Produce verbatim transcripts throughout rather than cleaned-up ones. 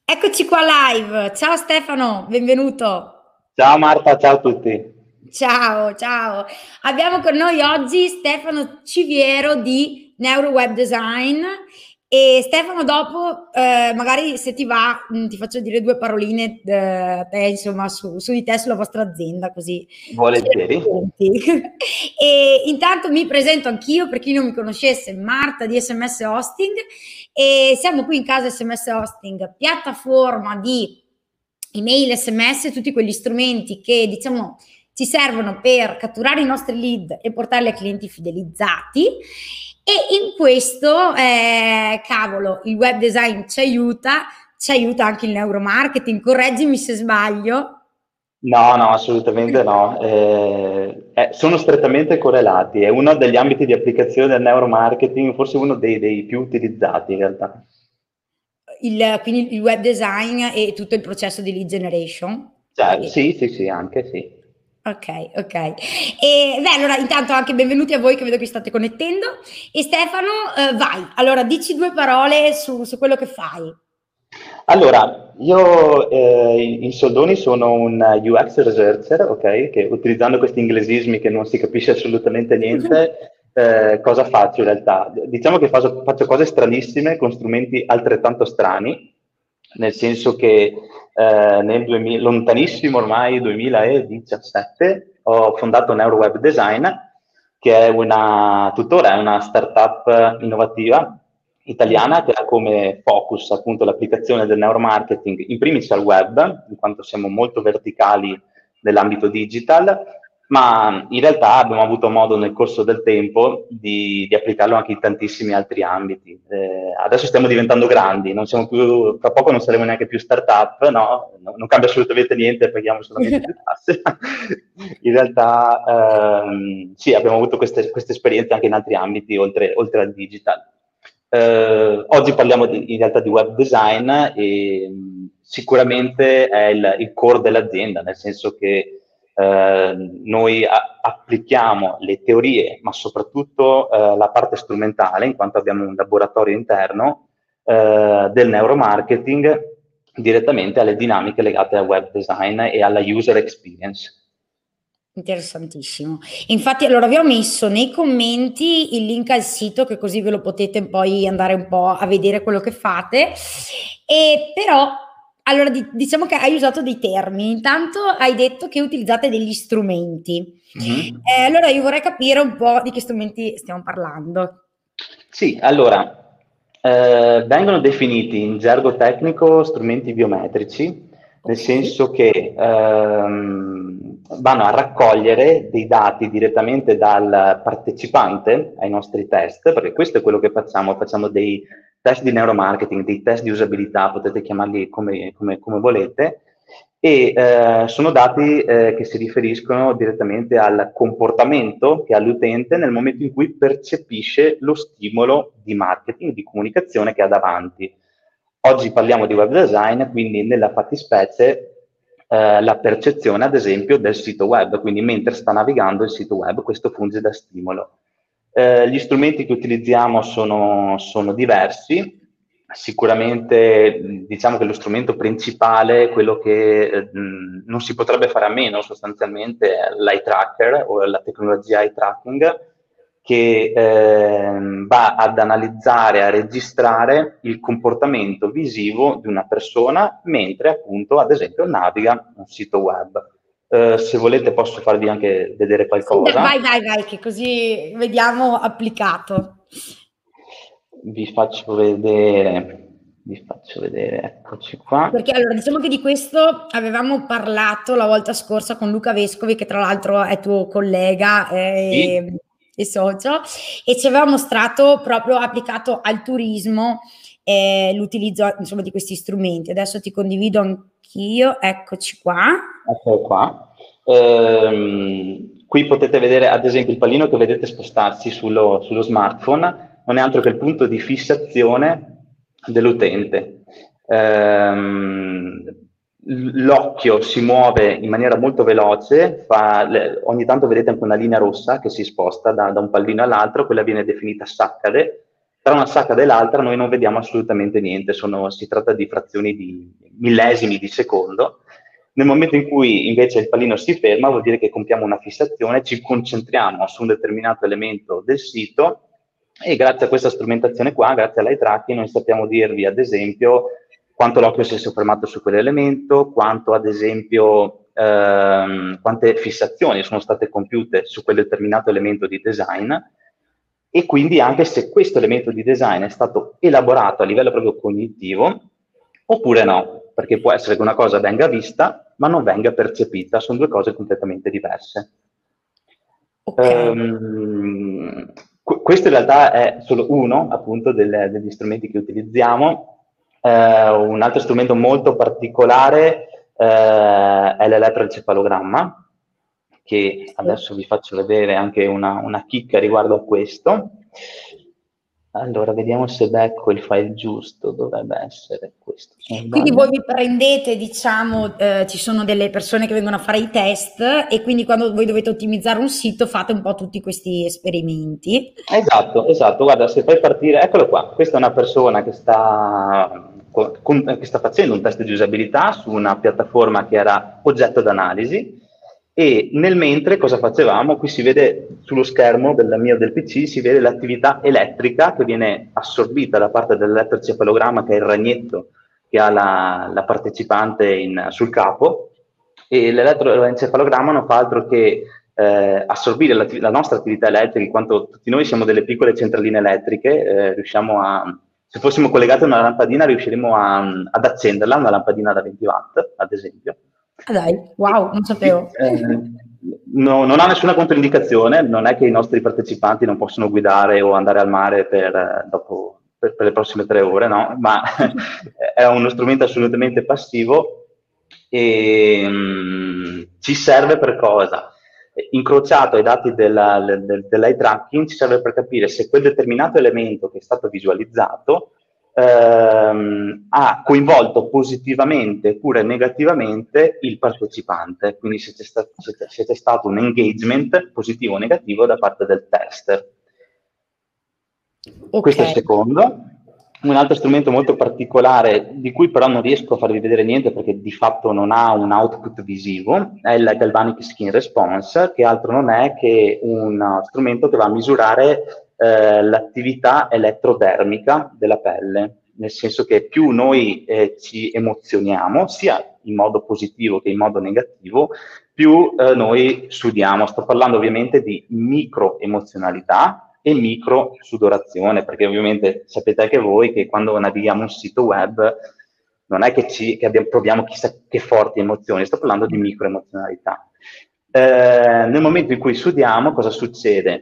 Eccoci qua live. Ciao Stefano, benvenuto. Ciao Marta, ciao a tutti. Ciao, ciao. Abbiamo con noi oggi Stefano Civiero di Neuro Web Design e Stefano dopo, eh, magari se ti va, mh, ti faccio dire due paroline eh, te, insomma, su, su di te, sulla vostra azienda, così ci Volentieri. racconti. E intanto mi presento anch'io, per chi non mi conoscesse, Marta di S M S Hosting e siamo qui in casa S M S Hosting, piattaforma di email, S M S, tutti quegli strumenti che diciamo ci servono per catturare i nostri lead e portarli a clienti fidelizzati. E in questo, eh, cavolo, il web design ci aiuta, ci aiuta anche il neuromarketing. Correggimi se sbaglio. No, no, assolutamente no. Eh, eh, sono strettamente correlati. È uno degli ambiti di applicazione del neuromarketing, forse uno dei, dei più utilizzati in realtà. Il, quindi il web design e tutto il processo di lead generation. Cioè, E- sì, sì, sì, anche sì. Ok, ok. E beh, allora intanto anche benvenuti a voi che vedo che state connettendo. E Stefano, eh, vai, allora dici due parole su, su quello che fai. Allora, io eh, in in soldoni sono un U X researcher, ok? Che utilizzando questi inglesismi che non si capisce assolutamente niente, eh, cosa faccio in realtà? Diciamo che faccio, faccio cose stranissime con strumenti altrettanto strani, nel senso che eh, nel duemila, lontanissimo ormai duemiladiciassette ho fondato NeuroWeb Design, che è una, tuttora è una startup innovativa italiana che ha come focus appunto l'applicazione del neuromarketing in primis al web, in quanto siamo molto verticali nell'ambito digital, ma in realtà abbiamo avuto modo nel corso del tempo di, di applicarlo anche in tantissimi altri ambiti. Eh, adesso stiamo diventando grandi, non siamo più, tra poco non saremo neanche più startup, no? No, non cambia assolutamente niente, paghiamo solamente più tasse. In realtà ehm, sì, abbiamo avuto queste, queste esperienze anche in altri ambiti oltre, oltre al digital. Eh, oggi parliamo di, in realtà di web design e mh, sicuramente è il, il core dell'azienda, nel senso che eh, noi a- applichiamo le teorie, ma soprattutto eh, la parte strumentale, in quanto abbiamo un laboratorio interno eh, del neuromarketing direttamente alle dinamiche legate al web design e alla user experience. Interessantissimo. Infatti, allora vi ho messo nei commenti il link al sito, che così ve lo potete poi andare un po' a vedere quello che fate. E però, allora, di- diciamo che hai usato dei termini. Intanto hai detto che utilizzate degli strumenti. Mhm. Eh, allora io vorrei capire un po' di che strumenti stiamo parlando. Sì, allora, eh, vengono definiti in gergo tecnico strumenti biometrici, nel Ok. senso che ehm, vanno a raccogliere dei dati direttamente dal partecipante ai nostri test, perché questo è quello che facciamo, facciamo dei test di neuromarketing, dei test di usabilità, potete chiamarli come, come- come volete, e eh, sono dati eh, che si riferiscono direttamente al comportamento che ha l'utente nel momento in cui percepisce lo stimolo di marketing, di comunicazione che ha davanti. Oggi parliamo di web design, quindi nella fattispecie eh, la percezione, ad esempio, del sito web, quindi mentre sta navigando il sito web, questo funge da stimolo. Eh, gli strumenti che utilizziamo sono, sono diversi. Sicuramente diciamo che lo strumento principale, quello che eh, non si potrebbe fare a meno sostanzialmente, è l'eye tracker o la tecnologia eye tracking, che ehm, va ad analizzare, a registrare il comportamento visivo di una persona mentre appunto, ad esempio, naviga un sito web. Eh, se volete posso farvi anche vedere Sì, dai, qualcosa. vai, vai, vai, che così vediamo applicato. Vi faccio vedere, vi faccio vedere, eccoci qua. Perché allora diciamo che di questo avevamo parlato la volta scorsa con Luca Vescovi, che tra l'altro è tuo collega Sì, eh, e socio, e ci aveva mostrato proprio applicato al turismo eh, l'utilizzo insomma di questi strumenti. Adesso ti condivido anch'io, eccoci qua. ecco qua. Ehm, qui potete vedere ad esempio il pallino che vedete spostarsi sullo, sullo smartphone, non è altro che il punto di fissazione dell'utente. Ehm, l'occhio si muove in maniera molto veloce, fa, le, ogni tanto vedete anche una linea rossa che si sposta da, da un pallino all'altro, quella viene definita saccade. tra una sacca e l'altra noi non vediamo assolutamente niente, sono, si tratta di frazioni di millesimi di secondo. Nel momento in cui invece il pallino si ferma, vuol dire che compiamo una fissazione, ci concentriamo su un determinato elemento del sito e grazie a questa strumentazione qua, grazie all'eye tracking, noi sappiamo dirvi ad esempio quanto l'occhio si è soffermato su quell'elemento, quanto ad esempio ehm, quante fissazioni sono state compiute su quel determinato elemento di design, e quindi anche se questo elemento di design è stato elaborato a livello proprio cognitivo oppure no, perché può essere che una cosa venga vista ma non venga percepita, sono due cose completamente diverse. Okay. Um, questo in realtà è solo uno appunto del, degli strumenti che utilizziamo. Uh, un altro strumento molto particolare uh, è l'elettroencefalogramma, che adesso vi faccio vedere anche una, una chicca riguardo a questo. Allora, vediamo se becco il file giusto, dovrebbe essere questo. Quindi voi vi prendete, diciamo, eh, ci sono delle persone che vengono a fare i test e quindi quando voi dovete ottimizzare un sito fate un po' tutti questi esperimenti. Esatto, esatto. Guarda, se fai partire, eccolo qua, questa è una persona che sta, con, che sta facendo un test di usabilità su una piattaforma che era oggetto d'analisi. E nel mentre cosa facevamo? Qui si vede sullo schermo del mio del P C, si vede l'attività elettrica che viene assorbita da parte dell'elettroencefalogramma, che è il ragnetto che ha la, la partecipante in, sul capo, e l'elettroencefalogramma non fa altro che eh, assorbire la, la nostra attività elettrica, in quanto tutti noi siamo delle piccole centraline elettriche, eh, riusciamo a, se fossimo collegati a una lampadina riusciremo a, ad accenderla, una lampadina da venti watt, ad esempio. Ah dai, wow, non sapevo. Eh, no, non ha nessuna controindicazione, non è che i nostri partecipanti non possono guidare o andare al mare per, dopo, per, per le prossime tre ore, no? Ma è uno strumento assolutamente passivo e um, ci serve per cosa? Incrociato ai dati della, del, dell'eye tracking ci serve per capire se quel determinato elemento che è stato visualizzato Ehm, ha coinvolto positivamente oppure negativamente il partecipante, quindi se c'è stato, se c'è, c'è stato un engagement positivo o negativo da parte del tester. Okay. Questo è il secondo. Un altro strumento molto particolare, di cui però non riesco a farvi vedere niente perché di fatto non ha un output visivo, è il Galvanic Skin Response, che altro non è che un strumento che va a misurare Eh, l'attività elettrodermica della pelle, nel senso che più noi eh, ci emozioniamo, sia in modo positivo che in modo negativo, più eh, noi sudiamo. Sto parlando ovviamente di microemozionalità e microsudorazione, perché ovviamente sapete anche voi che quando navighiamo un sito web non è che, ci, che abbiamo, proviamo chissà che forti emozioni, sto parlando di microemozionalità. Eh, nel momento in cui sudiamo, cosa succede?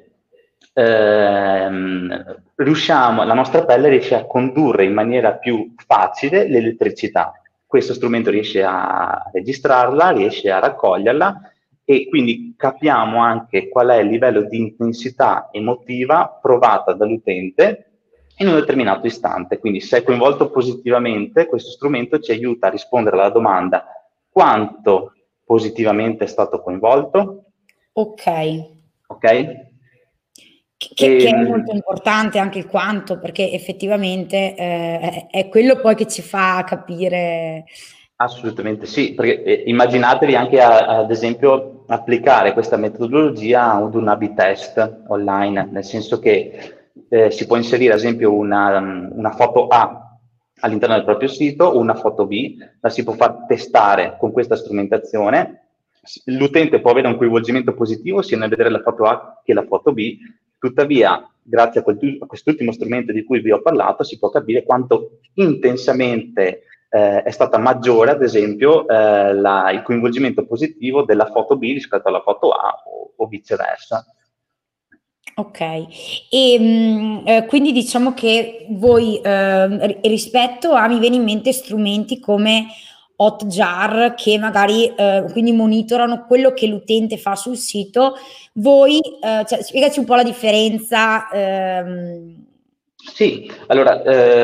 Eh, riusciamo, la nostra pelle riesce a condurre in maniera più facile l'elettricità. Questo strumento riesce a registrarla, riesce a raccoglierla e quindi capiamo anche qual è il livello di intensità emotiva provata dall'utente in un determinato istante. Quindi se è coinvolto positivamente, questo strumento ci aiuta a rispondere alla domanda: quanto positivamente è stato coinvolto? Ok. Ok? Che, che è molto importante anche il quanto, perché effettivamente eh, è quello poi che ci fa capire. Assolutamente sì, perché eh, immaginatevi anche a, ad esempio applicare questa metodologia ad un A B test online, nel senso che eh, si può inserire ad esempio una, una foto A all'interno del proprio sito o una foto B, la si può far testare con questa strumentazione, l'utente può avere un coinvolgimento positivo sia nel vedere la foto A che la foto B. Tuttavia, grazie a, quel, a quest'ultimo strumento di cui vi ho parlato, si può capire quanto intensamente eh, è stata maggiore, ad esempio, eh, la, il coinvolgimento positivo della foto B rispetto alla foto A o, o viceversa. Ok, e mh, eh, quindi diciamo che voi eh, rispetto a, mi viene in mente strumenti come Hotjar che magari eh, quindi monitorano quello che l'utente fa sul sito, voi, eh, cioè, spiegaci un po' la differenza. Ehm. Sì, allora,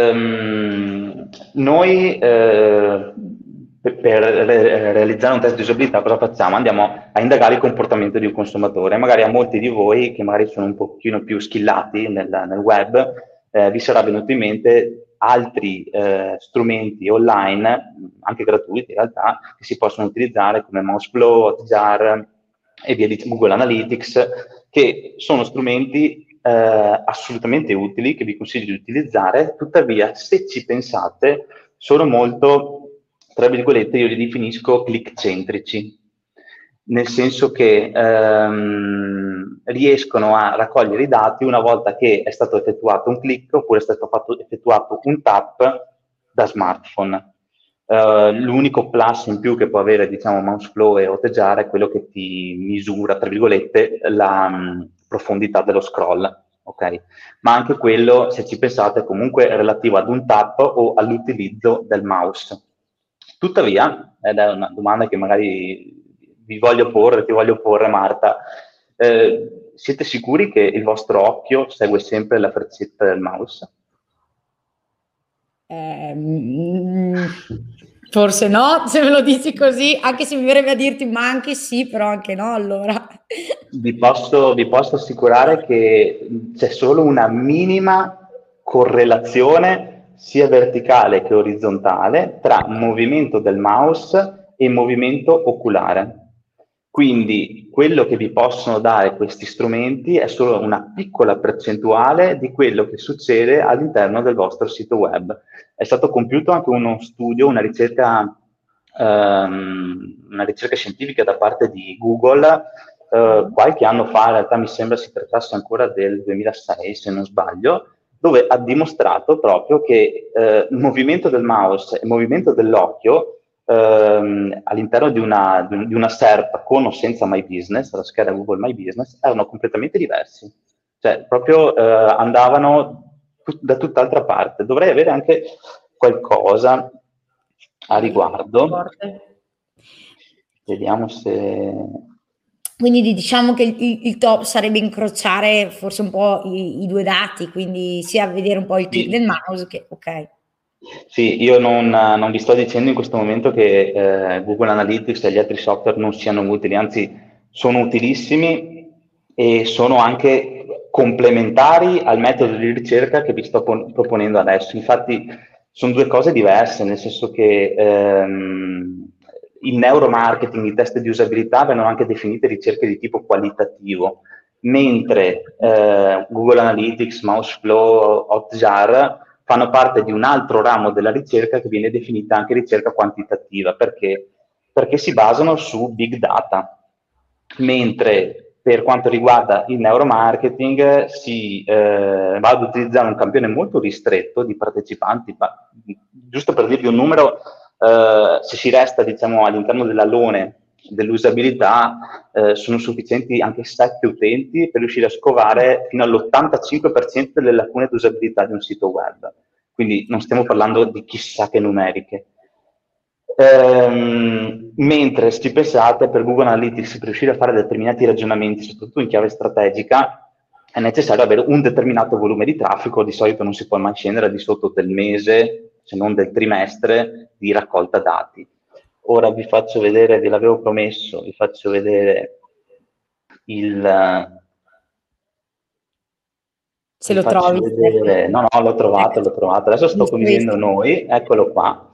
ehm, noi eh, per, per re realizzare un test di usabilità cosa facciamo? Andiamo a indagare il comportamento di un consumatore. Magari a molti di voi che magari sono un pochino più skillati nel, nel web, eh, vi sarà venuto in mente altri eh, strumenti online, anche gratuiti in realtà, che si possono utilizzare come Mouseflow, Hotjar e via di Google Analytics, che sono strumenti eh, assolutamente utili, che vi consiglio di utilizzare. Tuttavia, se ci pensate, sono molto, tra virgolette, io li definisco click centrici, nel senso che ehm, riescono a raccogliere i dati una volta che è stato effettuato un click oppure è stato fatto, effettuato un tap da smartphone. Uh, l'unico plus in più che può avere, diciamo, Mouseflow e Hotjar è quello che ti misura, tra virgolette, la um, profondità dello scroll, ok? Ma anche quello, se ci pensate, è comunque relativo ad un tap o all'utilizzo del mouse. Tuttavia, ed è una domanda che magari vi voglio porre, ti voglio porre, Marta, eh, siete sicuri che il vostro occhio segue sempre la freccetta del mouse? Eh, forse no, se me lo dici così, anche se mi verrebbe a dirti ma anche sì, però anche no, allora. Vi posso, vi posso assicurare che c'è solo una minima correlazione sia verticale che orizzontale tra movimento del mouse e movimento oculare. Quindi quello che vi possono dare questi strumenti è solo una piccola percentuale di quello che succede all'interno del vostro sito web. È stato compiuto anche uno studio, una ricerca, ehm, una ricerca scientifica da parte di Google eh, qualche anno fa, in realtà mi sembra si trattasse ancora del duemilasei se non sbaglio, dove ha dimostrato proprio che eh, il movimento del mouse e il movimento dell'occhio ehm, all'interno di una, di una S E R P con o senza My Business, la scheda Google My Business, erano completamente diversi. Cioè, proprio eh, andavano tut- da tutt'altra parte. Dovrei avere anche qualcosa a riguardo. Vediamo se... Quindi diciamo che il, il top sarebbe incrociare forse un po' i, i due dati, quindi sia vedere un po' il click Sì. del mouse che... ok. Sì, io non, non vi sto dicendo in questo momento che eh, Google Analytics e gli altri software non siano utili, anzi sono utilissimi e sono anche complementari al metodo di ricerca che vi sto proponendo adesso. Infatti sono due cose diverse, nel senso che ehm, il neuromarketing, i test di usabilità vengono anche definite ricerche di tipo qualitativo, mentre eh, Google Analytics, Mouseflow, Hotjar fanno parte di un altro ramo della ricerca che viene definita anche ricerca quantitativa. Perché? Perché si basano su big data, mentre per quanto riguarda il neuromarketing si eh, va ad utilizzare un campione molto ristretto di partecipanti. Giusto per dirvi un numero, eh, se si resta, diciamo, all'interno dell'alone dell'usabilità, eh, sono sufficienti anche sette utenti per riuscire a scovare fino all'ottantacinque per cento delle lacune di usabilità di un sito web. Quindi non stiamo parlando di chissà che numeriche. Ehm, mentre, se ci pensate, per Google Analytics, per riuscire a fare determinati ragionamenti, soprattutto in chiave strategica, è necessario avere un determinato volume di traffico. Di solito non si può mai scendere di sotto del mese, se non del trimestre, di raccolta dati. Ora vi faccio vedere, ve l'avevo promesso, vi faccio vedere il... Se lo trovi. Vedere, no, no, l'ho trovato, l'ho trovato. Adesso sto condividendo noi, eccolo qua.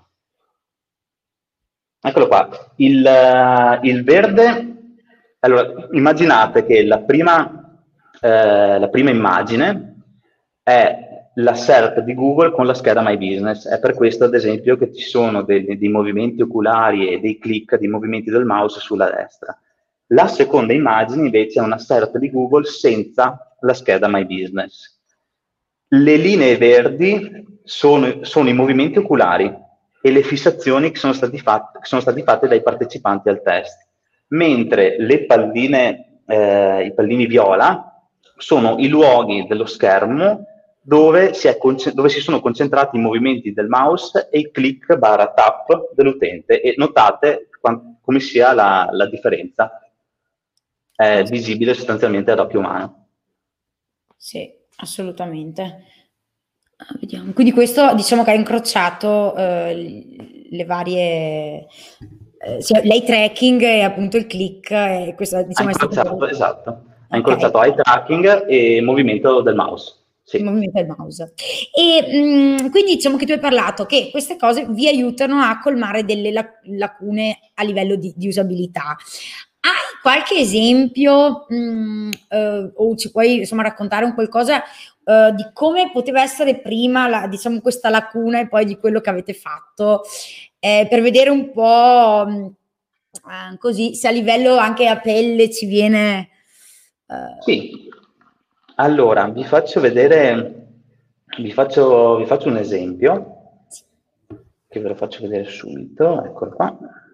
Eccolo qua. Il, uh, il verde, allora, immaginate che la prima, eh, la prima immagine è la S E R P di Google con la scheda My Business. È per questo, ad esempio, che ci sono dei, dei movimenti oculari e dei click, dei movimenti del mouse sulla destra. La seconda immagine, invece, è una S E R P di Google senza la scheda My Business. Le linee verdi sono, sono i movimenti oculari e le fissazioni che sono, stati fatte, che sono stati fatte dai partecipanti al test, mentre le palline, eh, i pallini viola sono i luoghi dello schermo dove si, è dove si sono concentrati i movimenti del mouse e il click barra tap dell'utente, e notate come sia la, la differenza. È visibile sostanzialmente ad occhio umano. Sì, assolutamente. Vediamo. Quindi questo, diciamo, che ha incrociato eh, le varie eh, cioè, l'eye tracking e appunto il click, e questo, diciamo, ha incrociato, è stato... esatto, ha okay. incrociato eye tracking e movimento del mouse, Sì. movimenta il mouse. E mh, quindi diciamo che tu hai parlato che queste cose vi aiutano a colmare delle lac- lacune a livello di, di usabilità. Hai qualche esempio mh, eh, o ci puoi insomma raccontare un qualcosa eh, di come poteva essere prima la, diciamo questa lacuna e poi di quello che avete fatto eh, per vedere un po' mh, eh, così se a livello anche a pelle ci viene eh, Sì, allora vi faccio vedere, vi faccio, vi faccio un esempio che ve lo faccio vedere subito, eccolo qua.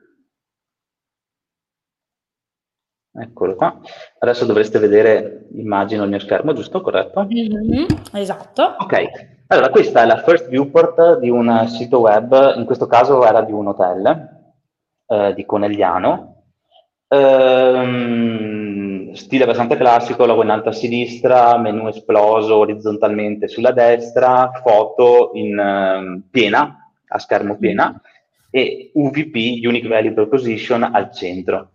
Eccolo qua. Adesso dovreste vedere, immagino, il mio schermo, giusto? Corretto? mm-hmm, esatto. Ok, allora questa è la first viewport di un sito web, in questo caso era di un hotel eh, di Conegliano. Ehm, stile abbastanza classico, logo in alto a sinistra, menu esploso orizzontalmente sulla destra, foto in eh, piena, a schermo piena, e U V P, Unique Value Proposition, al centro.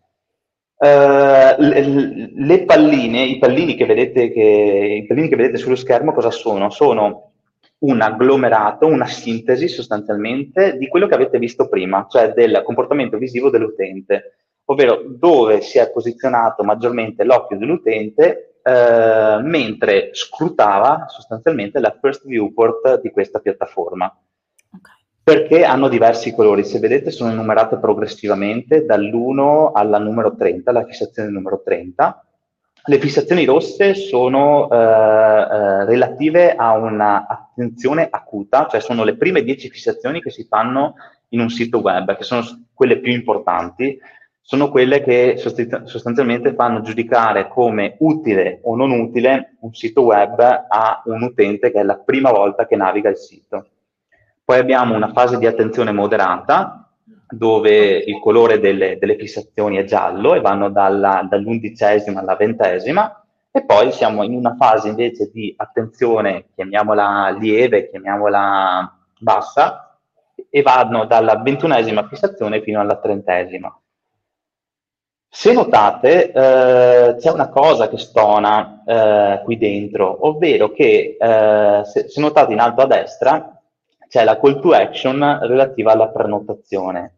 Uh, le, le palline, i pallini che vedete, che, i pallini che vedete sullo schermo cosa sono? Sono un agglomerato, una sintesi sostanzialmente di quello che avete visto prima, cioè del comportamento visivo dell'utente, ovvero dove si è posizionato maggiormente l'occhio dell'utente eh, mentre scrutava sostanzialmente la first viewport di questa piattaforma. Okay. Perché hanno diversi colori, se vedete sono enumerate progressivamente dall'uno alla numero trenta, la fissazione numero trenta. Le fissazioni rosse sono eh, eh, relative a una attenzione acuta, cioè sono le prime dieci fissazioni che si fanno in un sito web, che sono quelle più importanti, sono quelle che sostanzialmente fanno giudicare come utile o non utile un sito web a un utente che è la prima volta che naviga il sito. Poi abbiamo una fase di attenzione moderata, dove il colore delle, delle fissazioni è giallo e vanno dalla, dall'undicesima alla ventesima, e poi siamo in una fase invece di attenzione, chiamiamola lieve, chiamiamola bassa, e vanno dalla ventunesima fissazione fino alla trentesima. Se notate, eh, c'è una cosa che stona eh, qui dentro, ovvero che eh, se, se notate in alto a destra c'è la call to action relativa alla prenotazione.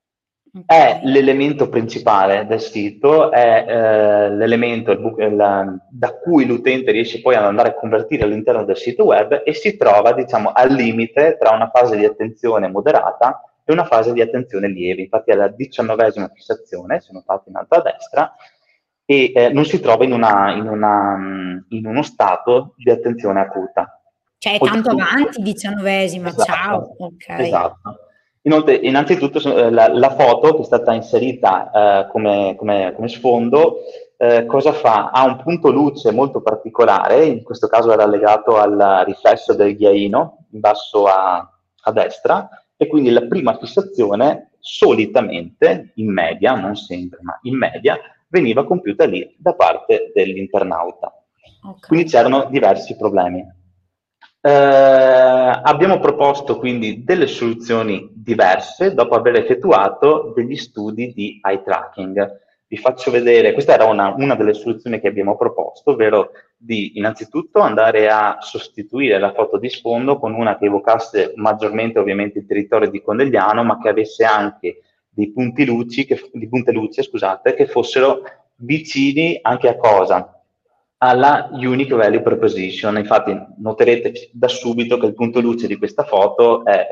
È Okay. l'elemento principale del sito, è eh, l'elemento il bu- il- da cui l'utente riesce poi ad andare a convertire all'interno del sito web e si trova, diciamo, al limite tra una fase di attenzione moderata e una fase di attenzione lieve. Infatti è la diciannovesima fissazione, se notate in alto a destra, e eh, non si trova in, una, in, una, in uno stato di attenzione acuta. Cioè è tanto Oltretutto, avanti, diciannovesima, ciao, esatto, okay. esatto. Inoltre, innanzitutto, so- eh, la, la foto che è stata inserita eh, come, come- come sfondo, eh, cosa fa? Ha un punto luce molto particolare, in questo caso era legato al riflesso del ghiaino in basso a, a destra, e quindi la prima fissazione solitamente, in media, non sempre, ma in media, veniva compiuta lì da parte dell'internauta. Quindi Okay. c'erano diversi problemi. Eh, abbiamo proposto quindi delle soluzioni diverse dopo aver effettuato degli studi di eye tracking. Vi faccio vedere, questa era una, una delle soluzioni che abbiamo proposto, ovvero di innanzitutto andare a sostituire la foto di sfondo con una che evocasse maggiormente ovviamente il territorio di Conegliano, ma che avesse anche dei punti luci, che, di punte luce, scusate, che fossero vicini anche a cosa? Alla Unique Value Proposition. Infatti noterete da subito che il punto luce di questa foto è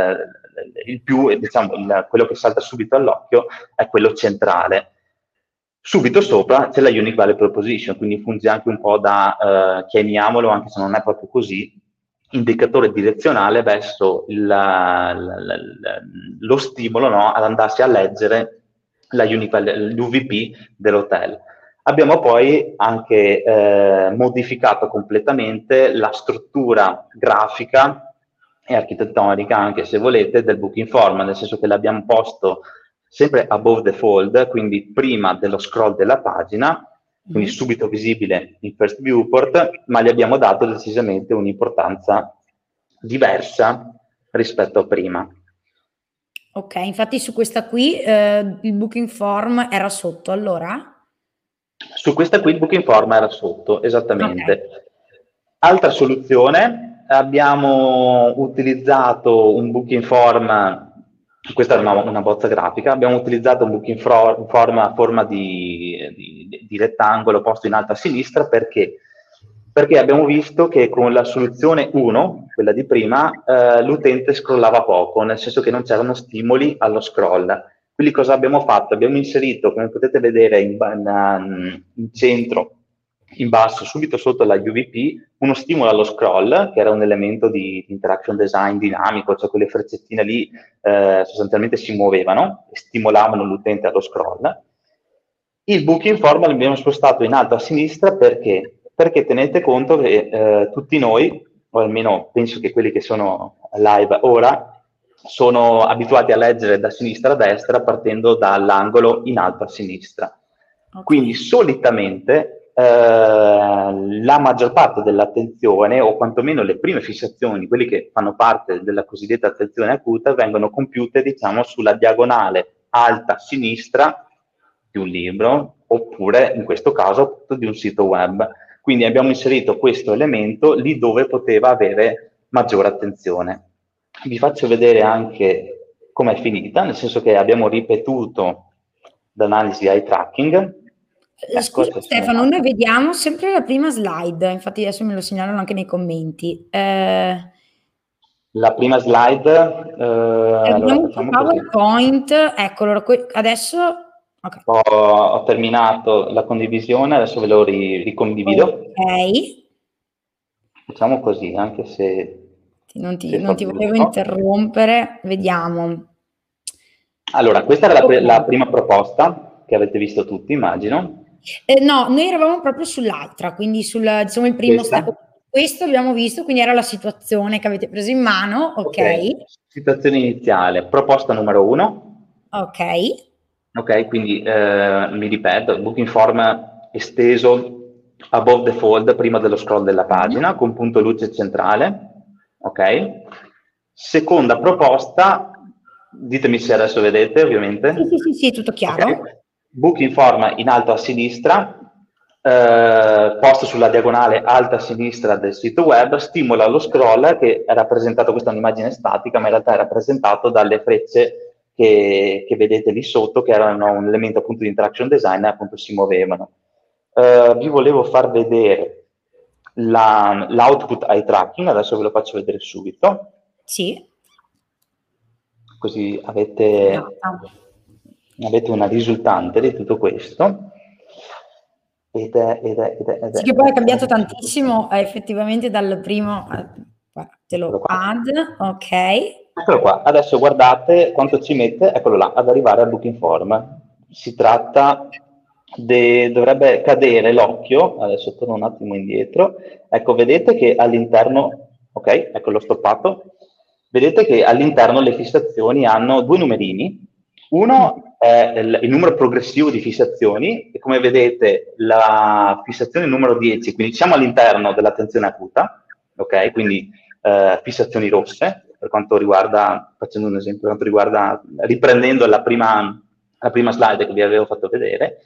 eh, il più, diciamo, il, quello che salta subito all'occhio è quello centrale. Subito sopra c'è la Unique Value Proposition, quindi funge anche un po' da, eh, chiamiamolo, anche se non è proprio così, indicatore direzionale verso il, la, la, la, lo stimolo, no, ad andarsi a leggere la l'U V P dell'hotel. Abbiamo poi anche eh, modificato completamente la struttura grafica e architettonica, anche se volete, del booking form, nel senso che l'abbiamo posto sempre above the fold, quindi prima dello scroll della pagina, quindi Mh-mh. subito visibile in first viewport, ma gli abbiamo dato decisamente un'importanza diversa rispetto a prima. Okay, infatti su questa qui, ehm, il booking form era sotto allora? Su questa qui il booking form era sotto, Okay. esattamente. altra soluzione, abbiamo utilizzato un booking form, questa è una, una bozza grafica, abbiamo utilizzato un booking form a forma di, di, di rettangolo posto in alto a sinistra perché? Perché abbiamo visto che con la soluzione uno, quella di prima, eh, l'utente scrollava poco, nel senso che non c'erano stimoli allo scroll. Quindi cosa abbiamo fatto? Abbiamo inserito, come potete vedere in, in, in centro, in basso, subito sotto la U V P, uno stimolo allo scroll, che era un elemento di, di interaction design dinamico, cioè quelle freccettine lì eh, sostanzialmente si muovevano e stimolavano l'utente allo scroll. Il booking form l'abbiamo spostato in alto a sinistra perché? Perché tenete conto che eh, tutti noi, o almeno penso che quelli che sono live ora, sono abituati a leggere da sinistra a destra partendo dall'angolo in alto a sinistra. Okay. Quindi solitamente eh, la maggior parte dell'attenzione, o quantomeno le prime fissazioni, quelli che fanno parte della cosiddetta attenzione acuta, vengono compiute, diciamo, sulla diagonale alta a sinistra di un libro, oppure in questo caso di un sito web. Quindi abbiamo inserito questo elemento lì dove poteva avere maggiore attenzione. Vi faccio vedere anche com'è finita, nel senso che abbiamo ripetuto l'analisi eye tracking. Scusa ecco, Stefano, noi vediamo sempre la prima slide, infatti adesso me lo segnalano anche nei commenti. Eh... La prima slide, eh, allora facciamo PowerPoint, ecco, allora, adesso okay. ho, ho terminato la condivisione, adesso ve lo ri, ricondivido. Ok. Facciamo così, anche se... Non ti, non ti volevo interrompere, vediamo. Allora, questa era la, la prima proposta che avete visto tutti, immagino. Eh, no, noi eravamo proprio sull'altra, quindi sul, diciamo, il primo questa? step. Questo abbiamo visto, quindi era la situazione che avete preso in mano, ok. okay. Situazione iniziale, proposta numero uno. Ok. Ok, quindi eh, mi ripeto, booking form esteso above the fold, prima dello scroll della pagina, mm-hmm. con punto luce centrale. Ok. Seconda proposta, ditemi se adesso vedete, ovviamente. Sì, sì, sì, sì, tutto chiaro. Okay. Booking form in alto a sinistra, eh, posto sulla diagonale alta a sinistra del sito web, stimola lo scroll che è rappresentato, questa è un'immagine statica, ma in realtà è rappresentato dalle frecce che, che vedete lì sotto, che erano un elemento appunto di interaction design e appunto si muovevano. Uh, vi volevo far vedere l'output la, eye tracking, adesso ve lo faccio vedere subito. Sì. Così avete, avete una risultante di tutto questo. Ed è, ed è, ed è, ed è, sì, che poi è cambiato tantissimo eh, effettivamente dal primo, eh, te lo add, ok. Eccolo qua, adesso guardate quanto ci mette, eccolo là, ad arrivare al booking form. Si tratta... De, dovrebbe cadere l'occhio, adesso torno un attimo indietro, ecco vedete che all'interno, ok, ecco l'ho stoppato, vedete che all'interno le fissazioni hanno due numerini, uno è il, il numero progressivo di fissazioni e come vedete la fissazione numero dieci, quindi siamo all'interno dell'attenzione acuta, ok, quindi eh, fissazioni rosse, per quanto riguarda, facendo un esempio, per quanto riguarda, riprendendo la prima, la prima slide che vi avevo fatto vedere.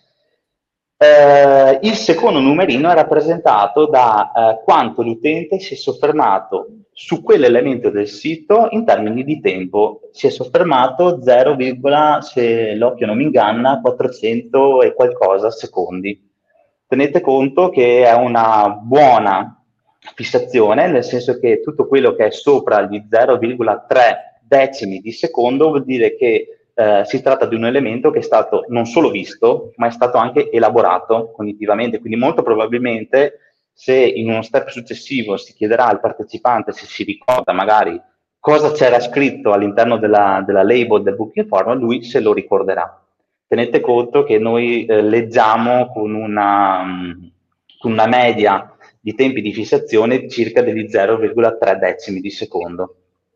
Eh, il secondo numerino è rappresentato da eh, quanto l'utente si è soffermato su quell'elemento del sito in termini di tempo. Si è soffermato zero, se l'occhio non mi inganna, quattrocento e qualcosa secondi. Tenete conto che è una buona fissazione, nel senso che tutto quello che è sopra gli zero virgola tre decimi di secondo vuol dire che Eh, si tratta di un elemento che è stato non solo visto, ma è stato anche elaborato cognitivamente, quindi molto probabilmente se in uno step successivo si chiederà al partecipante se si ricorda magari cosa c'era scritto all'interno della, della label del booking form, lui se lo ricorderà. Tenete conto che noi eh, leggiamo con una, um, con una media di tempi di fissazione circa degli zero virgola tre decimi di secondo.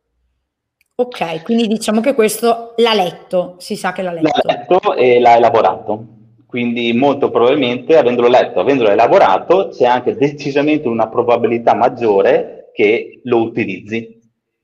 Ok, quindi diciamo che questo l'ha letto, si sa che l'ha letto. L'ha letto e l'ha elaborato, quindi molto probabilmente avendolo letto, avendolo elaborato, c'è anche decisamente una probabilità maggiore che lo utilizzi.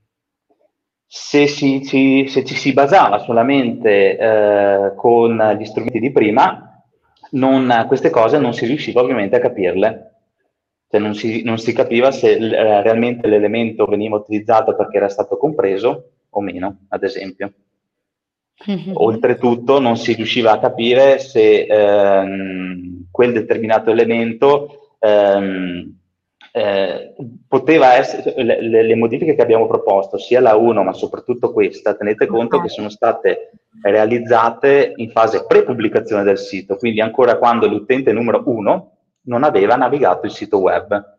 Se, si, ci, se ci si basava solamente eh, con gli strumenti di prima, non, queste cose non si riusciva ovviamente a capirle. Cioè non si, non si capiva se eh, realmente l'elemento veniva utilizzato perché era stato compreso o meno, ad esempio. Mm-hmm. Oltretutto non si riusciva a capire se ehm, quel determinato elemento ehm, eh, poteva essere, le, le, le modifiche che abbiamo proposto, sia la uno ma soprattutto questa, tenete conto che sono state realizzate in fase pre-pubblicazione del sito, quindi ancora quando l'utente numero uno non aveva navigato il sito web.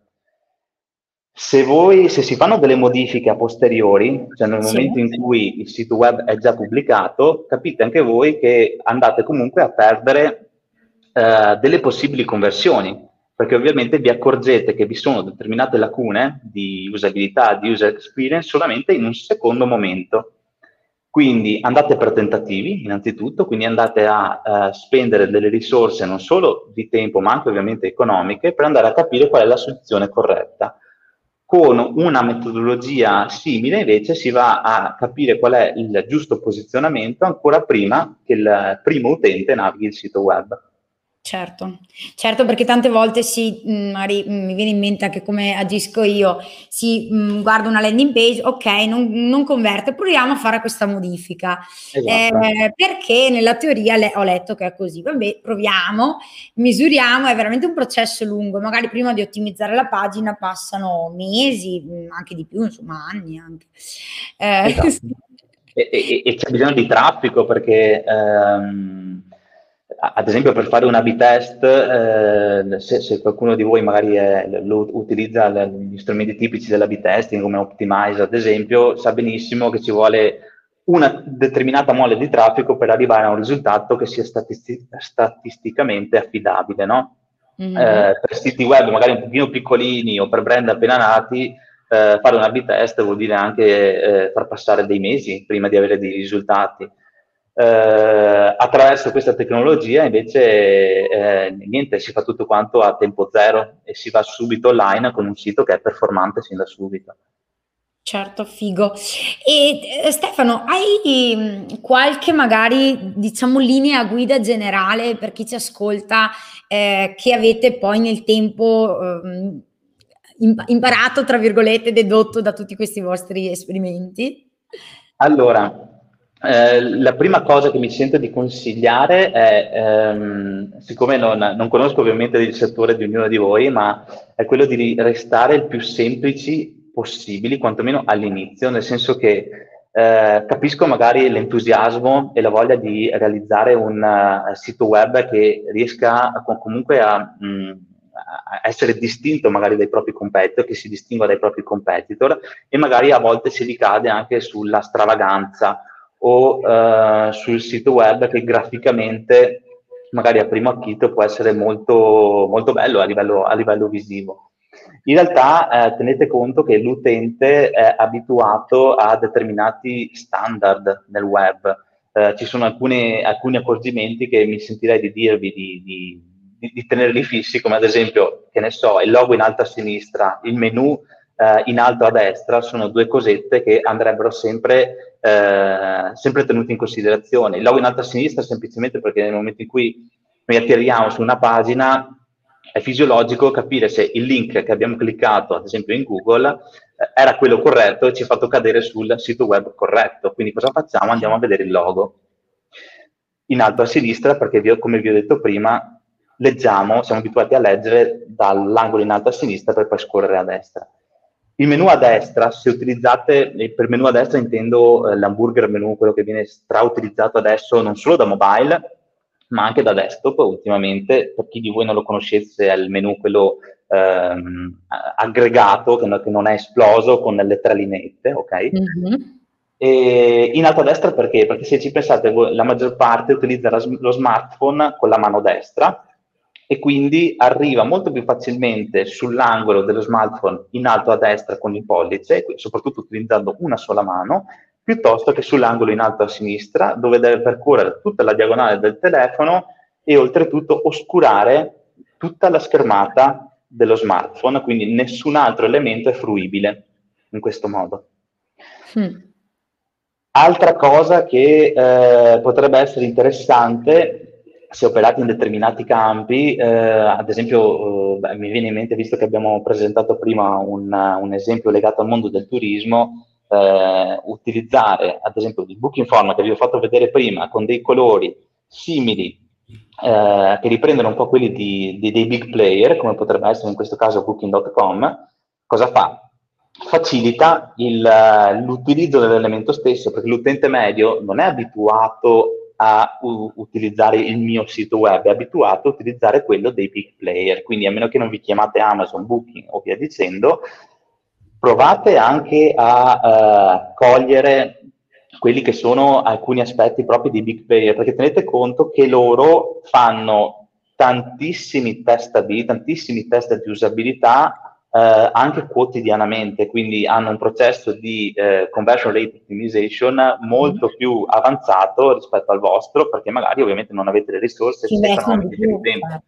Se, voi, se si fanno delle modifiche a posteriori, cioè nel Sì. momento in cui il sito web è già pubblicato, capite anche voi che andate comunque a perdere eh, delle possibili conversioni, perché ovviamente vi accorgete che vi sono determinate lacune di usabilità, di user experience solamente in un secondo momento. Quindi andate per tentativi, innanzitutto, quindi andate a uh, spendere delle risorse non solo di tempo, ma anche ovviamente economiche, per andare a capire qual è la soluzione corretta. Con una metodologia simile, invece, si va a capire qual è il giusto posizionamento ancora prima che il primo utente navighi il sito web. Certo, certo, perché tante volte si, mh, magari mh, mi viene in mente anche come agisco io, si mh, guarda una landing page, ok, non, non converte, proviamo a fare questa modifica, Esatto. eh, perché nella teoria le, ho letto che è così, vabbè, proviamo, misuriamo, è veramente un processo lungo, magari prima di ottimizzare la pagina passano mesi, mh, anche di più, insomma anni anche. Eh, esatto. sì. E, e, e c'è bisogno di traffico perché... Ehm, ad esempio per fare un A B test, eh, se, se qualcuno di voi magari è, lo, utilizza gli strumenti tipici dell'A B testing come Optimize ad esempio, sa benissimo che ci vuole una determinata mole di traffico per arrivare a un risultato che sia statisti- statisticamente affidabile, no? Mm-hmm. Eh, per siti web magari un pochino piccolini o per brand appena nati, eh, fare un A B test vuol dire anche eh, far passare dei mesi prima di avere dei risultati. Eh, attraverso questa tecnologia invece eh, niente, si fa tutto quanto a tempo zero e si va subito online con un sito che è performante sin da subito. Certo, figo. E eh, Stefano, hai mh, qualche magari, diciamo, linea guida generale per chi ci ascolta eh, che avete poi nel tempo eh, imparato, tra virgolette, dedotto da tutti questi vostri esperimenti? Allora, eh, la prima cosa che mi sento di consigliare è, ehm, siccome non, non conosco ovviamente il settore di ognuno di voi, ma è quello di restare il più semplici possibili, quantomeno all'inizio, nel senso che eh, capisco magari l'entusiasmo e la voglia di realizzare un uh, sito web che riesca a, comunque a, mh, a essere distinto magari dai propri competitor, che si distingua dai propri competitor, e magari a volte si ricade anche sulla stravaganza o uh, sul sito web che graficamente magari a primo acchito può essere molto, molto bello a livello, a livello visivo. In realtà eh, tenete conto che l'utente è abituato a determinati standard nel web. Eh, ci sono alcune, alcuni accorgimenti che mi sentirei di dirvi di, di, di, di tenerli fissi, come ad esempio, che ne so, il logo in alto a sinistra, il menu eh, in alto a destra, sono due cosette che andrebbero sempre, eh, sempre tenute in considerazione. Il logo in alto a sinistra semplicemente perché nel momento in cui noi atterriamo su una pagina è fisiologico capire se il link che abbiamo cliccato, ad esempio in Google, eh, era quello corretto e ci ha fatto cadere sul sito web corretto. Quindi cosa facciamo? Andiamo a vedere il logo. In alto a sinistra, perché vi, come vi ho detto prima, leggiamo, siamo abituati a leggere dall'angolo in alto a sinistra per poi scorrere a destra. Il menu a destra, se utilizzate, per menu a destra intendo eh, l'hamburger menu, quello che viene strautilizzato adesso non solo da mobile, ma anche da desktop ultimamente. Per chi di voi non lo conoscesse è il menu quello ehm, aggregato, che, no, che non è esploso, con le tre lineette, ok? Mm-hmm. E in alto a destra perché? Perché se ci pensate, la maggior parte utilizza lo smartphone con la mano destra e quindi arriva molto più facilmente sull'angolo dello smartphone in alto a destra con il pollice, soprattutto utilizzando una sola mano, piuttosto che sull'angolo in alto a sinistra, dove deve percorrere tutta la diagonale del telefono e oltretutto oscurare tutta la schermata dello smartphone, quindi nessun altro elemento è fruibile in questo modo. Hmm. Altra cosa che eh, potrebbe essere interessante se operate in determinati campi, eh, ad esempio, eh, beh, mi viene in mente, visto che abbiamo presentato prima un, un esempio legato al mondo del turismo, eh, utilizzare ad esempio il Booking Form che vi ho fatto vedere prima con dei colori simili, eh, che riprendono un po' quelli di, di, dei big player, come potrebbe essere in questo caso Booking punto com, cosa fa? Facilita il, l'utilizzo dell'elemento stesso, perché l'utente medio non è abituato a uh, utilizzare il mio sito web, è abituato a utilizzare quello dei big player, quindi a meno che non vi chiamate Amazon, Booking o via dicendo, provate anche a uh, cogliere quelli che sono alcuni aspetti proprio di big player, perché tenete conto che loro fanno tantissimi test A B, tantissimi test di usabilità eh, anche quotidianamente, quindi hanno un processo di eh, conversion rate optimization molto mm. più avanzato rispetto al vostro, perché magari ovviamente non avete le risorse, sì, eccetera, non avete il tempo.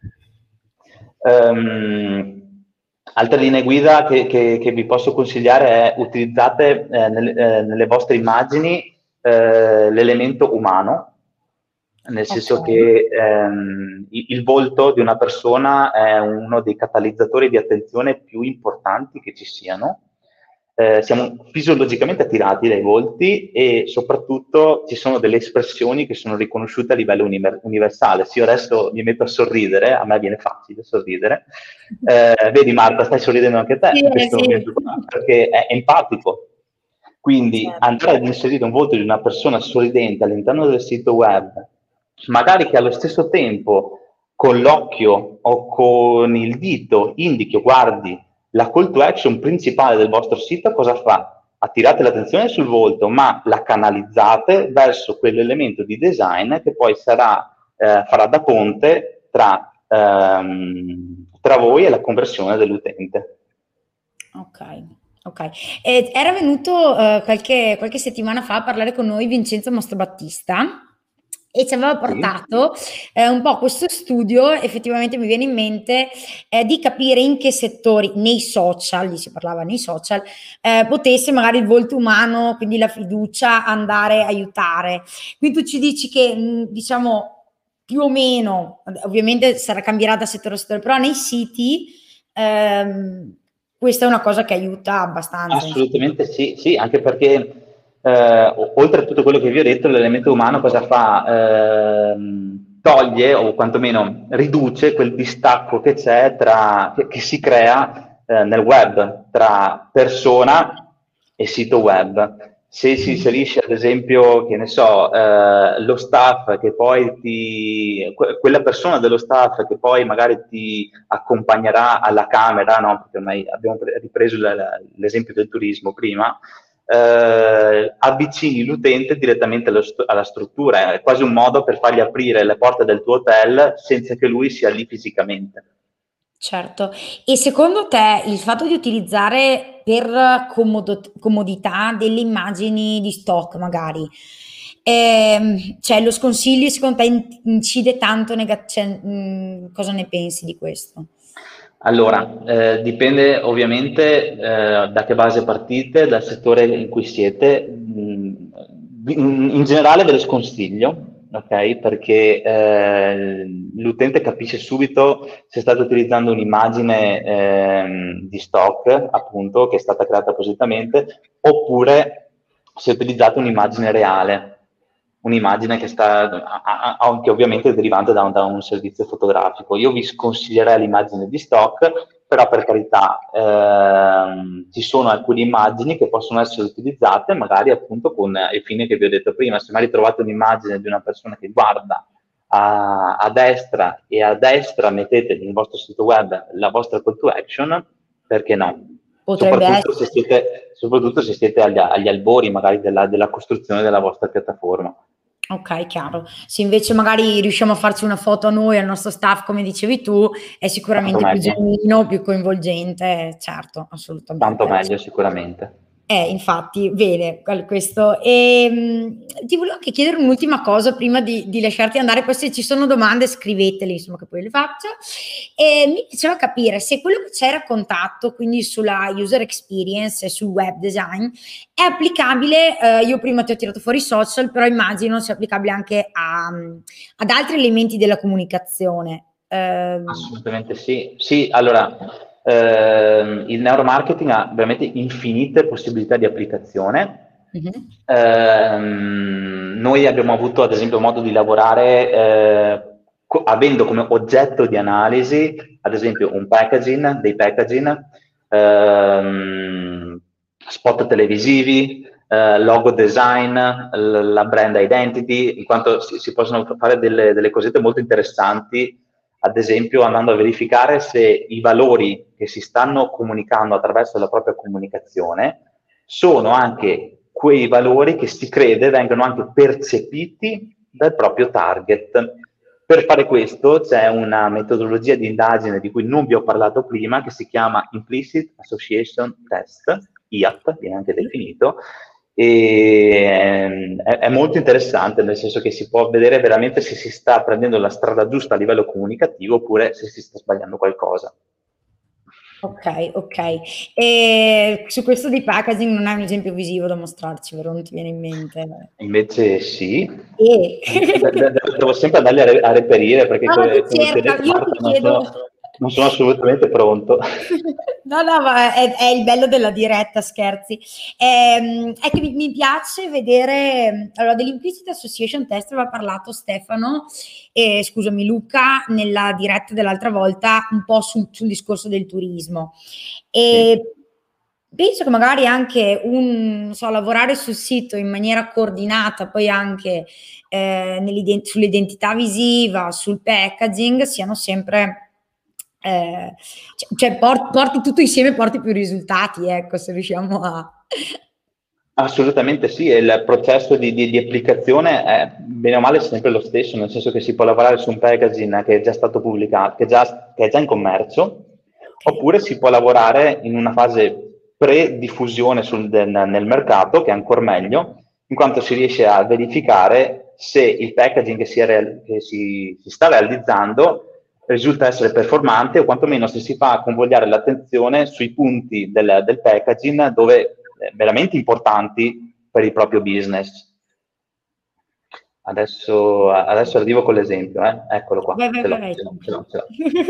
Um, altre linee guida che, che, che vi posso consigliare è utilizzate eh, nel, eh, nelle vostre immagini eh, l'elemento umano, nel senso okay. che ehm, il, il volto di una persona è uno dei catalizzatori di attenzione più importanti che ci siano. Eh, siamo fisiologicamente attirati dai volti e soprattutto ci sono delle espressioni che sono riconosciute a livello univer- universale. Se io adesso mi metto a sorridere, a me viene facile sorridere. Eh, vedi Marta, stai sorridendo anche te sì, in questo sì. momento, perché è empatico. Quindi certo. Andare ad inserire un volto di una persona sorridente all'interno del sito web, magari che allo stesso tempo con l'occhio o con il dito indichi o guardi la call to action principale del vostro sito, cosa fa? Attirate l'attenzione sul volto, ma la canalizzate verso quell'elemento di design che poi sarà, eh, farà da ponte tra, ehm, tra voi e la conversione dell'utente. Ok. Ok, e era venuto uh, qualche, qualche settimana fa a parlare con noi Vincenzo Mastrobattista e ci aveva portato sì. eh, un po' questo studio, effettivamente mi viene in mente, eh, di capire in che settori, nei social, lì si parlava nei social, eh, potesse magari il volto umano, quindi la fiducia, andare a aiutare. Quindi tu ci dici che, mh, diciamo, più o meno, ovviamente sarà cambierà da settore a settore, però nei siti... Ehm, questa è una cosa che aiuta abbastanza. Assolutamente sì, sì, anche perché eh, oltre a tutto quello che vi ho detto, l'elemento umano cosa fa? Eh, toglie o quantomeno riduce quel distacco che c'è tra, che, che si crea eh, nel web tra persona e sito web. Se si inserisce ad esempio, che ne so, eh, lo staff che poi ti, que- quella persona dello staff che poi magari ti accompagnerà alla camera, no? Perché ormai abbiamo ripreso l- l'esempio del turismo prima, eh, avvicini l'utente direttamente allo st- alla struttura, è quasi un modo per fargli aprire le porte del tuo hotel senza che lui sia lì fisicamente. Certo, e secondo te il fatto di utilizzare per comodo- comodità delle immagini di stock magari, ehm, cioè lo sconsiglio secondo te in- incide tanto, nega- cioè, mh, cosa ne pensi di questo? Allora, eh, dipende ovviamente eh, da che base partite, dal settore in cui siete. Mm, In, in generale ve lo sconsiglio, ok? Perché eh, l'utente capisce subito se state utilizzando un'immagine ehm, di stock, appunto, che è stata creata appositamente, oppure se utilizzate un'immagine reale, un'immagine che sta anche ovviamente derivante da un, da un servizio fotografico. Io vi sconsiglierei l'immagine di stock, però per carità ehm, ci sono alcune immagini che possono essere utilizzate magari appunto con il fine che vi ho detto prima. Se mai trovate un'immagine di una persona che guarda a, a destra e a destra mettete nel vostro sito web la vostra call to action, perché no? Soprattutto se, siete, soprattutto se siete agli, agli albori magari della, della costruzione della vostra piattaforma. Ok, chiaro. Se invece magari riusciamo a farci una foto a noi, al nostro staff, come dicevi tu, è sicuramente più genuino, più coinvolgente, certo, assolutamente. Tanto meglio, sicuramente. Eh, infatti, bene, qual- questo. E, mh, ti volevo anche chiedere un'ultima cosa prima di, di lasciarti andare, poi se ci sono domande scrivetele, insomma, che poi le faccio. E mi piaceva capire se quello che ci hai raccontato, quindi sulla user experience e sul web design, è applicabile, eh, io prima ti ho tirato fuori i social, però immagino sia applicabile anche a, ad altri elementi della comunicazione. Ehm, Assolutamente sì. Sì, allora, ehm, il neuromarketing ha veramente infinite possibilità di applicazione. mhm. Ehm, noi abbiamo avuto, ad esempio, modo di lavorare eh, co- avendo come oggetto di analisi, ad esempio, un packaging, dei packaging, ehm, spot televisivi, eh, logo design, l- la brand identity, in quanto si, si possono fare delle, delle cosette molto interessanti, ad esempio andando a verificare se i valori che si stanno comunicando attraverso la propria comunicazione sono anche quei valori che si crede vengano anche percepiti dal proprio target. Per fare questo c'è una metodologia di indagine di cui non vi ho parlato prima, che si chiama Implicit Association Test, I A T, viene anche definito, e ehm, è, è molto interessante, nel senso che si può vedere veramente se si sta prendendo la strada giusta a livello comunicativo oppure se si sta sbagliando qualcosa. Ok, ok. E su questo di packaging non hai un esempio visivo da mostrarci, vero? Non ti viene in mente? Invece sì, E... De- de- de- devo sempre andarli a, re- a reperire perché No, ma tu come, come cerca, vedete io Marta ti non chiedo... sono, non sono assolutamente pronto. No, no, ma è, è il bello della diretta, scherzi. Ehm, è che mi, mi piace vedere, allora dell'implicit association test aveva parlato Stefano, eh, scusami Luca, nella diretta dell'altra volta un po' sul, sul discorso del turismo. Sì. E penso che magari anche un, non so, lavorare sul sito in maniera coordinata, poi anche eh, nell'ident- sull'identità visiva, sul packaging, siano sempre eh, cioè, cioè, por- porti tutto insieme, porti più risultati, ecco, se riusciamo a... Assolutamente sì, e il processo di, di- di applicazione è bene o male sempre lo stesso, nel senso che si può lavorare su un packaging che è già stato pubblicato, che è già, che è già in commercio, Ok. oppure si può lavorare in una fase pre-diffusione sul- del- nel mercato, che è ancora meglio, in quanto si riesce a verificare se il packaging che si, è real- che si- si sta realizzando risulta essere performante o quantomeno se si fa convogliare l'attenzione sui punti del, del packaging dove eh, veramente importanti per il proprio business. Adesso, adesso arrivo con l'esempio, eh? Eccolo qua, Vai, vai, ce vai, l'ho, vai. ce l'ho, ce l'ho, ce l'ho.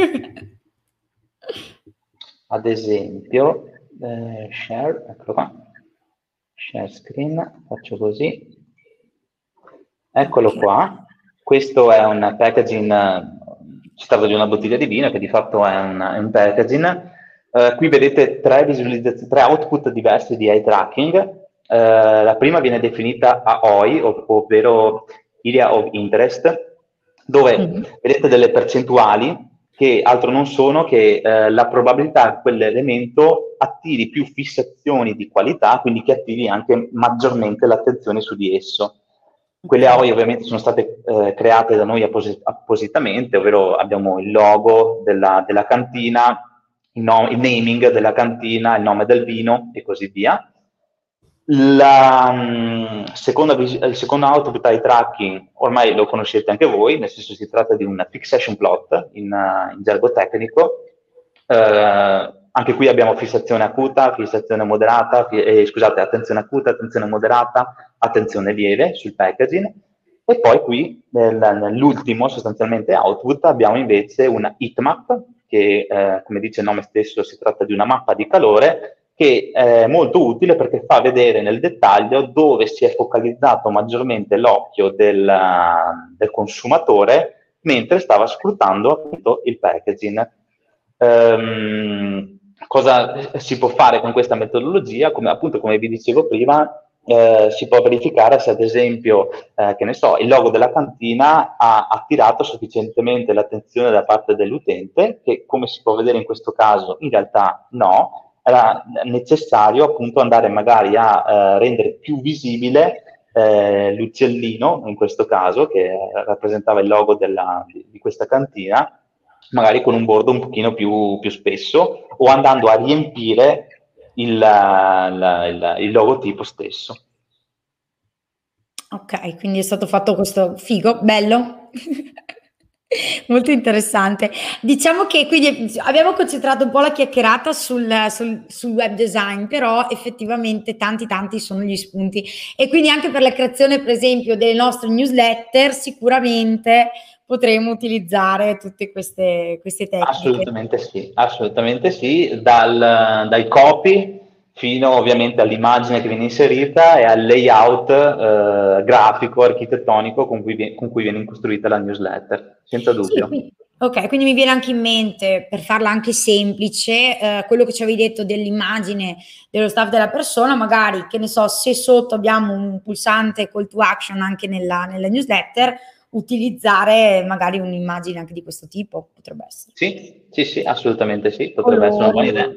Ad esempio, eh, share, eccolo qua, share screen, faccio così, eccolo Ok. qua, questo è un packaging, eh, si tratta di una bottiglia di vino che di fatto è un, è un packaging. Eh, qui vedete tre visualizzazioni, tre output diversi di eye tracking. Eh, la prima viene definita A O I, ov- ovvero Area of Interest, dove Mhm. vedete delle percentuali che altro non sono che eh, la probabilità che quell'elemento attiri più fissazioni di qualità, quindi che attivi anche maggiormente l'attenzione su di esso. Quelle Ok. A O I ovviamente sono state eh, create da noi appos- appositamente, ovvero abbiamo il logo della, della cantina, il, no- il naming della cantina, il nome del vino e così via. La, mh, seconda, il secondo output eye tracking ormai lo conoscete anche voi, nel senso si tratta di un fixation plot in, uh, in gergo tecnico. Eh, anche qui abbiamo fissazione acuta, fissazione moderata, fi- eh, scusate, attenzione acuta, attenzione moderata, attenzione lieve sul packaging. E poi qui nel, nell'ultimo sostanzialmente output abbiamo invece una heatmap che eh, come dice il nome stesso si tratta di una mappa di calore che è molto utile perché fa vedere nel dettaglio dove si è focalizzato maggiormente l'occhio del, del consumatore mentre stava scrutando appunto il packaging. Ehm, cosa si può fare con questa metodologia? Come, appunto, come vi dicevo prima, eh, si può verificare se ad esempio, eh, che ne so, il logo della cantina ha attirato sufficientemente l'attenzione da parte dell'utente, che come si può vedere in questo caso in realtà no, era necessario appunto andare magari a eh, rendere più visibile eh, l'uccellino, in questo caso, che rappresentava il logo della, di, di questa cantina, magari con un bordo un pochino più, più spesso o andando a riempire il, la, il, il logotipo stesso. Ok, quindi è stato fatto questo figo, bello. Molto interessante. Diciamo che quindi abbiamo concentrato un po' la chiacchierata sul, sul, sul web design, però effettivamente tanti tanti sono gli spunti, e quindi anche per la creazione, per esempio, delle nostre newsletter sicuramente potremo utilizzare tutte queste, queste tecniche. Assolutamente sì, assolutamente sì, dal, dai copy fino ovviamente all'immagine che viene inserita e al layout eh, grafico, architettonico con cui, con cui viene costruita la newsletter, senza dubbio. Sì, ok, quindi mi viene anche in mente, per farla anche semplice, eh, quello che ci avevi detto dell'immagine dello staff della persona, magari, che ne so, se sotto abbiamo un pulsante call to action anche nella, nella newsletter, utilizzare magari un'immagine anche di questo tipo, potrebbe essere. Sì, sì, sì, assolutamente sì, potrebbe Colori. essere una buona idea.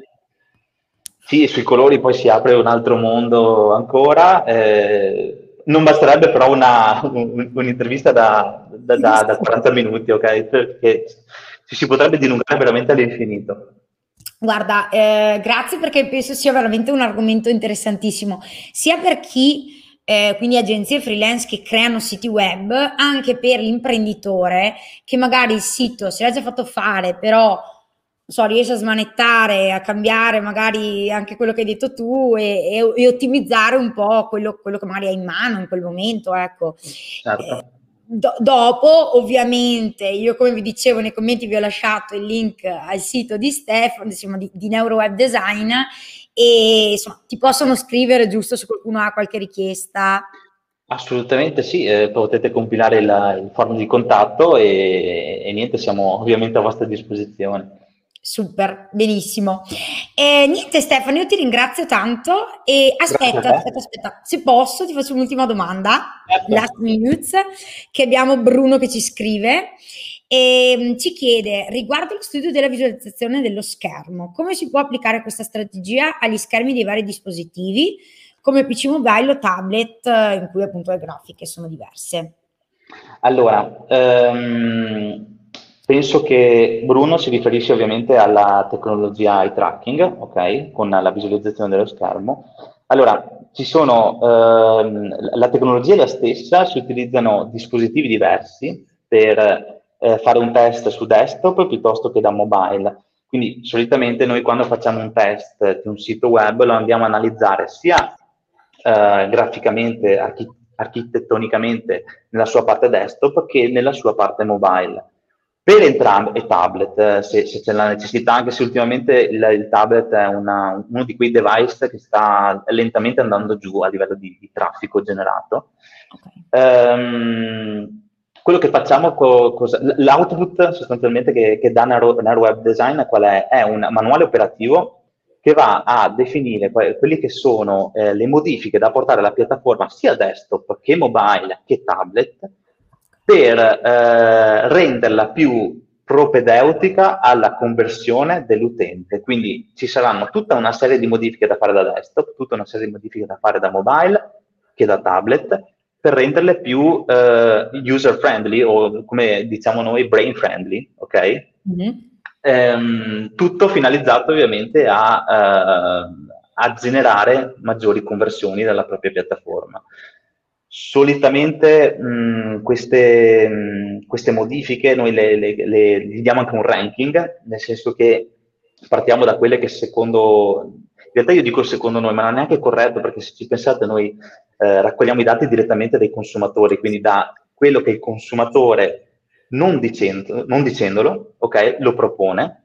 Sì, sui colori poi si apre un altro mondo ancora. Eh, non basterebbe però una, un, un'intervista da, da, da, da quaranta minuti, ok? Perché ci si potrebbe dilungare veramente all'infinito. Guarda, eh, grazie, perché penso sia veramente un argomento interessantissimo, sia per chi, eh, quindi agenzie freelance che creano siti web, anche per l'imprenditore che magari il sito se l'ha già fatto fare, però non so, riesce a smanettare, a cambiare magari anche quello che hai detto tu, e, e- e ottimizzare un po' quello, quello che magari ha in mano in quel momento, ecco. Eh, Certo. do- dopo, ovviamente, io come vi dicevo nei commenti vi ho lasciato il link al sito di Stefano, insomma, di, di Neuro Web Design, e insomma, ti possono scrivere giusto se qualcuno ha qualche richiesta. Assolutamente sì, eh, potete compilare il, il form di contatto e, e niente, siamo ovviamente a vostra disposizione. Super, benissimo. E niente Stefano, io ti ringrazio tanto e Grazie a aspetta, te. aspetta, aspetta, se posso ti faccio un'ultima domanda, Certo. last minutes, che abbiamo Bruno che ci scrive e mm, ci chiede riguardo lo studio della visualizzazione dello schermo, come si può applicare questa strategia agli schermi dei vari dispositivi, come P C mobile o tablet, eh, in cui appunto le grafiche sono diverse. Allora, ehm, penso che Bruno si riferisce ovviamente alla tecnologia eye tracking, ok? Con la visualizzazione dello schermo. Allora, ci sono, ehm, la tecnologia è la stessa, si utilizzano dispositivi diversi per eh, fare un test su desktop piuttosto che da mobile. Quindi solitamente noi quando facciamo un test di un sito web lo andiamo a analizzare sia eh, graficamente, archi- architettonicamente nella sua parte desktop che nella sua parte mobile. Per entrambi, e tablet, eh, se, se c'è la necessità, anche se ultimamente il, il tablet è una, uno di quei device che sta lentamente andando giù a livello di, di traffico generato. Okay. Ehm, quello che facciamo, co, cosa, l'output sostanzialmente che, che dà Nero Web Design qual è? È un manuale operativo che va a definire que- quelle che sono eh, le modifiche da portare alla piattaforma sia desktop che mobile che tablet per eh, renderla più propedeutica alla conversione dell'utente. Quindi ci saranno tutta una serie di modifiche da fare da desktop, tutta una serie di modifiche da fare da mobile che da tablet, per renderle più eh, user friendly o come diciamo noi brain friendly, ok? Mh-mh. Ehm, tutto finalizzato ovviamente a, eh, a generare maggiori conversioni dalla propria piattaforma. Solitamente mh, queste, mh, queste modifiche noi le, le, le, gli diamo anche un ranking, nel senso che partiamo da quelle che secondo, in realtà io dico secondo noi, ma non è neanche corretto, perché se ci pensate noi eh, raccogliamo i dati direttamente dai consumatori, quindi da quello che il consumatore, non, dicendo, non dicendolo, ok, lo propone,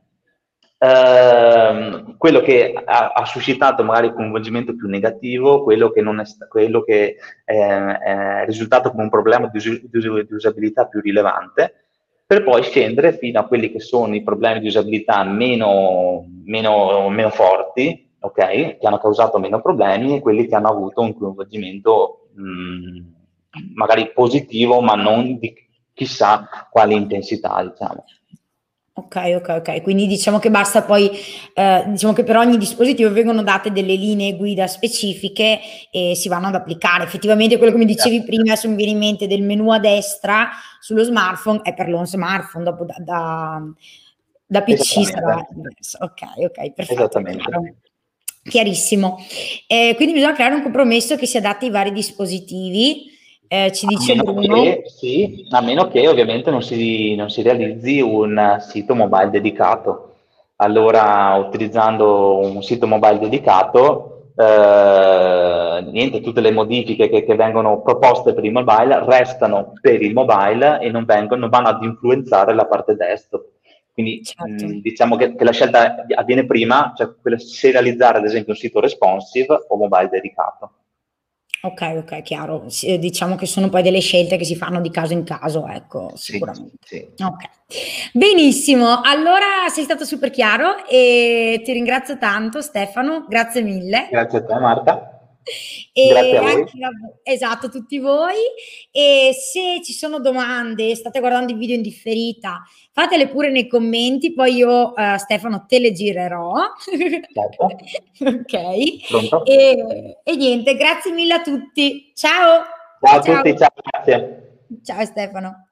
ehm, quello che ha, ha suscitato magari un coinvolgimento più negativo, quello che, non è, quello che è, è risultato come un problema di, us- di usabilità più rilevante, per poi scendere fino a quelli che sono i problemi di usabilità meno, meno, meno forti, ok, che hanno causato meno problemi, e quelli che hanno avuto un coinvolgimento mh, magari positivo, ma non di chissà quale intensità, diciamo. Okay, okay, okay. Quindi diciamo che basta poi ehm, diciamo che per ogni dispositivo vengono date delle linee guida specifiche e si vanno ad applicare. Effettivamente quello che mi dicevi prima, adesso mi viene in mente del menu a destra sullo smartphone, è per lo smartphone, dopo da da da P C sarà Esattamente, diverso. Okay, okay, perfetto, esattamente. chiaro. Chiarissimo. Eh, quindi bisogna creare un compromesso che si adatti ai vari dispositivi, eh, ci A dice meno Bruno. che, sì, a meno che ovviamente non si, non si realizzi un sito mobile dedicato. Allora, utilizzando un sito mobile dedicato, eh, niente, tutte le modifiche che, che vengono proposte per il mobile restano per il mobile e non, vengono, non vanno ad influenzare la parte desktop. Quindi Certo. mh, diciamo che, che la scelta avviene prima, cioè quella, se realizzare ad esempio un sito responsive o mobile dedicato. Ok, ok, chiaro. Sì, eh, diciamo che sono poi delle scelte che si fanno di caso in caso, ecco, Sì, sicuramente. sì. Ok, benissimo. Allora sei stato super chiaro e ti ringrazio tanto, Stefano, grazie mille. Grazie a te Marta, grazie E a voi. anche a vo- esatto, tutti voi. E se ci sono domande, state guardando il video in differita, fatele pure nei commenti, poi io, eh, Stefano, te le girerò. Certo. Ok. Pronto? E, e niente, grazie mille a tutti. Ciao. Ciao Ciao a tutti, ciao. ciao, grazie. Ciao Stefano.